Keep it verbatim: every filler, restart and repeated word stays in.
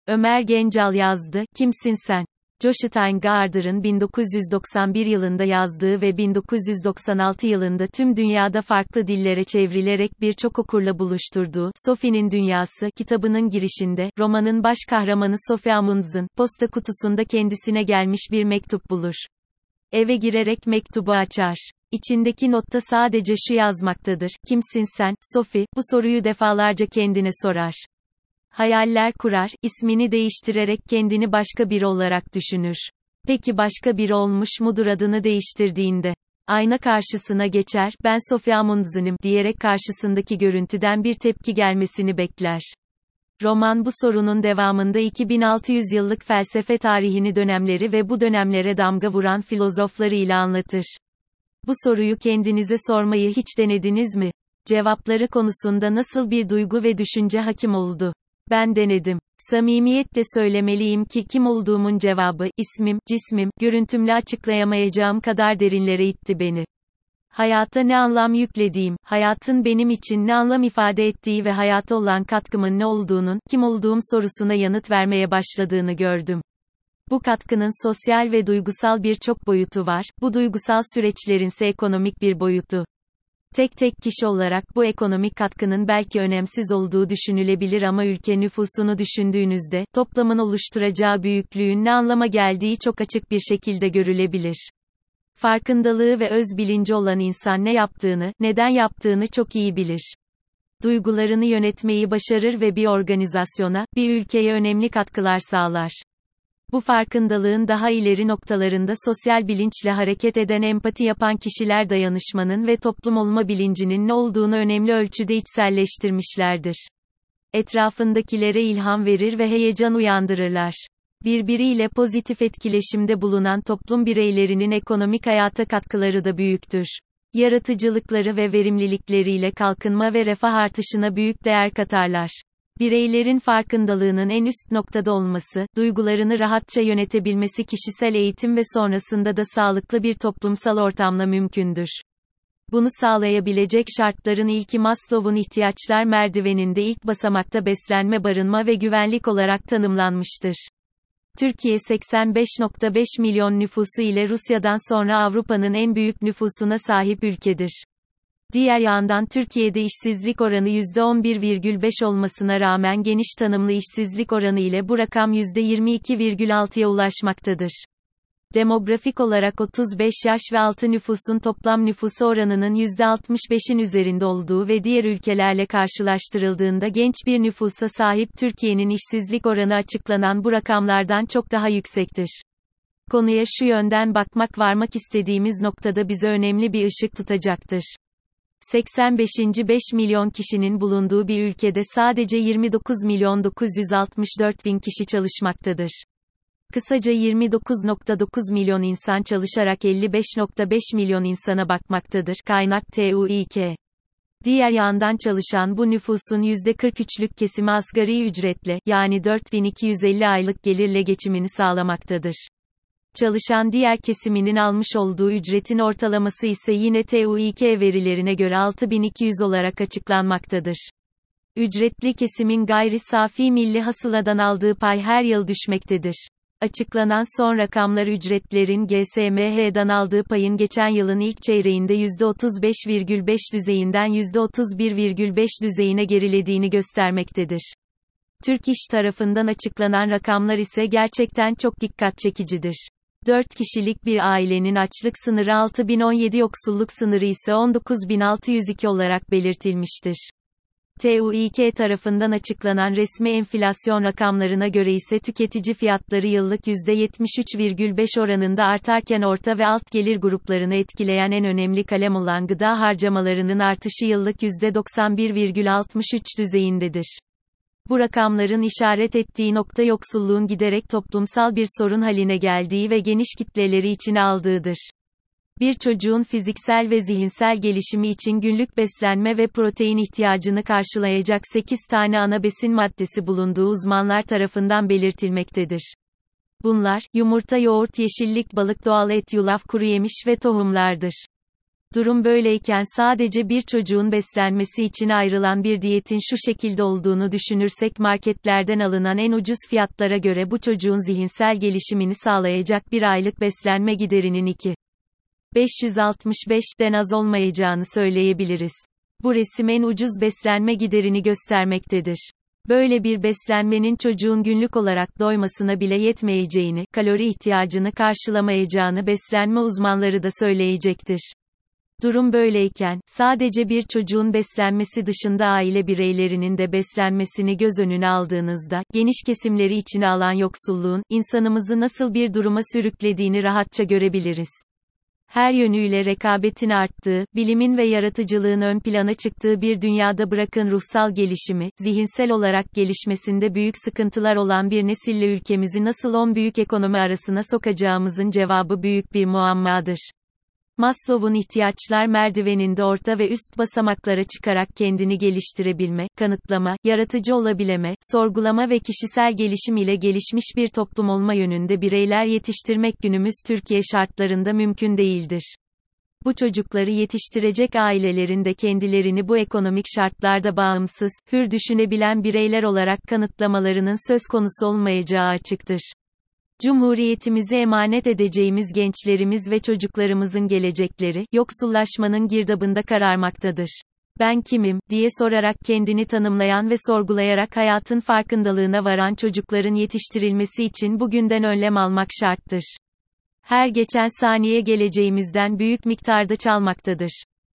Ömer Gencal yazdı. Kimsin sen? Joshua Gardner'ın bin dokuz yüz doksan bir yılında yazdığı ve bin dokuz yüz doksan altı yılında tüm dünyada farklı dillere çevrilerek birçok okurla buluşturduğu Sophie'nin Dünyası kitabının girişinde, romanın baş kahramanı Sophie Amunds'ın, posta kutusunda kendisine gelmiş bir mektup bulur. Eve girerek mektubu açar. İçindeki notta sadece şu yazmaktadır: Kimsin sen, Sophie? Bu soruyu defalarca kendine sorar. Hayaller kurar, ismini değiştirerek kendini başka biri olarak düşünür. Peki başka biri olmuş mudur adını değiştirdiğinde? Ayna karşısına geçer, ben Sophie Amunds'ım diyerek karşısındaki görüntüden bir tepki gelmesini bekler. Roman bu sorunun devamında iki bin altı yüz yıllık felsefe tarihini, dönemleri ve bu dönemlere damga vuran filozofları ile anlatır. Bu soruyu kendinize sormayı hiç denediniz mi? Cevapları konusunda nasıl bir duygu ve düşünce hakim oldu? Ben denedim. Samimiyetle söylemeliyim ki kim olduğumun cevabı, ismim, cismim, görüntümle açıklayamayacağım kadar derinlere itti beni. Hayata ne anlam yüklediğim, hayatın benim için ne anlam ifade ettiği ve hayata olan katkımın ne olduğunun, kim olduğum sorusuna yanıt vermeye başladığını gördüm. Bu katkının sosyal ve duygusal birçok boyutu var, bu duygusal süreçlerinse ekonomik bir boyutu. Tek tek kişi olarak bu ekonomik katkının belki önemsiz olduğu düşünülebilir ama ülke nüfusunu düşündüğünüzde, toplamın oluşturacağı büyüklüğün ne anlama geldiği çok açık bir şekilde görülebilir. Farkındalığı ve öz bilinci olan insan ne yaptığını, neden yaptığını çok iyi bilir. Duygularını yönetmeyi başarır ve bir organizasyona, bir ülkeye önemli katkılar sağlar. Bu farkındalığın daha ileri noktalarında sosyal bilinçle hareket eden, empati yapan kişiler dayanışmanın ve toplum olma bilincinin ne olduğunu önemli ölçüde içselleştirmişlerdir. Etrafındakilere ilham verir ve heyecan uyandırırlar. Birbiriyle pozitif etkileşimde bulunan toplum bireylerinin ekonomik hayata katkıları da büyüktür. Yaratıcılıkları ve verimlilikleriyle kalkınma ve refah artışına büyük değer katarlar. Bireylerin farkındalığının en üst noktada olması, duygularını rahatça yönetebilmesi kişisel eğitim ve sonrasında da sağlıklı bir toplumsal ortamla mümkündür. Bunu sağlayabilecek şartların ilki Maslow'un ihtiyaçlar merdiveninde ilk basamakta beslenme, barınma ve güvenlik olarak tanımlanmıştır. Türkiye seksen beş nokta beş milyon nüfusu ile Rusya'dan sonra Avrupa'nın en büyük nüfusuna sahip ülkedir. Diğer yandan Türkiye'de işsizlik oranı yüzde on bir virgül beş olmasına rağmen geniş tanımlı işsizlik oranı ile bu rakam yüzde yirmi iki virgül altıya ulaşmaktadır. Demografik olarak otuz beş yaş ve altı nüfusun toplam nüfusu oranının yüzde altmış beşin üzerinde olduğu ve diğer ülkelerle karşılaştırıldığında genç bir nüfusa sahip Türkiye'nin işsizlik oranı açıklanan bu rakamlardan çok daha yüksektir. Konuya şu yönden bakmak, varmak istediğimiz noktada bize önemli bir ışık tutacaktır. seksen beş beş milyon kişinin bulunduğu bir ülkede sadece yirmi dokuz milyon dokuz yüz altmış dört bin kişi çalışmaktadır. Kısaca yirmi dokuz nokta dokuz milyon insan çalışarak elli beş nokta beş milyon insana bakmaktadır. Kaynak TÜİK. Diğer yandan çalışan bu nüfusun yüzde kırk üçlük kesimi asgari ücretle, yani dört bin iki yüz elli aylık gelirle geçimini sağlamaktadır. Çalışan diğer kesiminin almış olduğu ücretin ortalaması ise yine TÜİK verilerine göre altı bin iki yüz olarak açıklanmaktadır. Ücretli kesimin gayri safi milli hasıladan aldığı pay her yıl düşmektedir. Açıklanan son rakamlar ücretlerin G S M H'den aldığı payın geçen yılın ilk çeyreğinde yüzde otuz beş virgül beş düzeyinden yüzde otuz bir virgül beş düzeyine gerilediğini göstermektedir. Türk İş tarafından açıklanan rakamlar ise gerçekten çok dikkat çekicidir. dört kişilik bir ailenin açlık sınırı altı bin on yedi, yoksulluk sınırı ise on dokuz bin altı yüz iki olarak belirtilmiştir. TÜİK tarafından açıklanan resmi enflasyon rakamlarına göre ise tüketici fiyatları yıllık yüzde yetmiş üç virgül beş oranında artarken orta ve alt gelir gruplarını etkileyen en önemli kalem olan gıda harcamalarının artışı yıllık yüzde doksan bir virgül altmış üç düzeyindedir. Bu rakamların işaret ettiği nokta yoksulluğun giderek toplumsal bir sorun haline geldiği ve geniş kitleleri içine aldığıdır. Bir çocuğun fiziksel ve zihinsel gelişimi için günlük beslenme ve protein ihtiyacını karşılayacak sekiz tane ana besin maddesi bulunduğu uzmanlar tarafından belirtilmektedir. Bunlar, yumurta, yoğurt, yeşillik, balık, doğal et, yulaf, kuruyemiş ve tohumlardır. Durum böyleyken sadece bir çocuğun beslenmesi için ayrılan bir diyetin şu şekilde olduğunu düşünürsek marketlerden alınan en ucuz fiyatlara göre bu çocuğun zihinsel gelişimini sağlayacak bir aylık beslenme giderinin iki bin beş yüz altmış beşten az olmayacağını söyleyebiliriz. Bu resim en ucuz beslenme giderini göstermektedir. Böyle bir beslenmenin çocuğun günlük olarak doymasına bile yetmeyeceğini, kalori ihtiyacını karşılamayacağını beslenme uzmanları da söyleyecektir. Durum böyleyken, sadece bir çocuğun beslenmesi dışında aile bireylerinin de beslenmesini göz önüne aldığınızda, geniş kesimleri içine alan yoksulluğun, insanımızı nasıl bir duruma sürüklediğini rahatça görebiliriz. Her yönüyle rekabetin arttığı, bilimin ve yaratıcılığın ön plana çıktığı bir dünyada bırakın ruhsal gelişimi, zihinsel olarak gelişmesinde büyük sıkıntılar olan bir nesille ülkemizi nasıl on büyük ekonomi arasına sokacağımızın cevabı büyük bir muammadır. Maslow'un ihtiyaçlar merdiveninde orta ve üst basamaklara çıkarak kendini geliştirebilme, kanıtlama, yaratıcı olabilme, sorgulama ve kişisel gelişim ile gelişmiş bir toplum olma yönünde bireyler yetiştirmek günümüz Türkiye şartlarında mümkün değildir. Bu çocukları yetiştirecek ailelerin de kendilerini bu ekonomik şartlarda bağımsız, hür düşünebilen bireyler olarak kanıtlamalarının söz konusu olmayacağı açıktır. Cumhuriyetimizi emanet edeceğimiz gençlerimiz ve çocuklarımızın gelecekleri, yoksullaşmanın girdabında kararmaktadır. Ben kimim, diye sorarak kendini tanımlayan ve sorgulayarak hayatın farkındalığına varan çocukların yetiştirilmesi için bugünden önlem almak şarttır. Her geçen saniye geleceğimizden büyük miktarda çalmaktadır.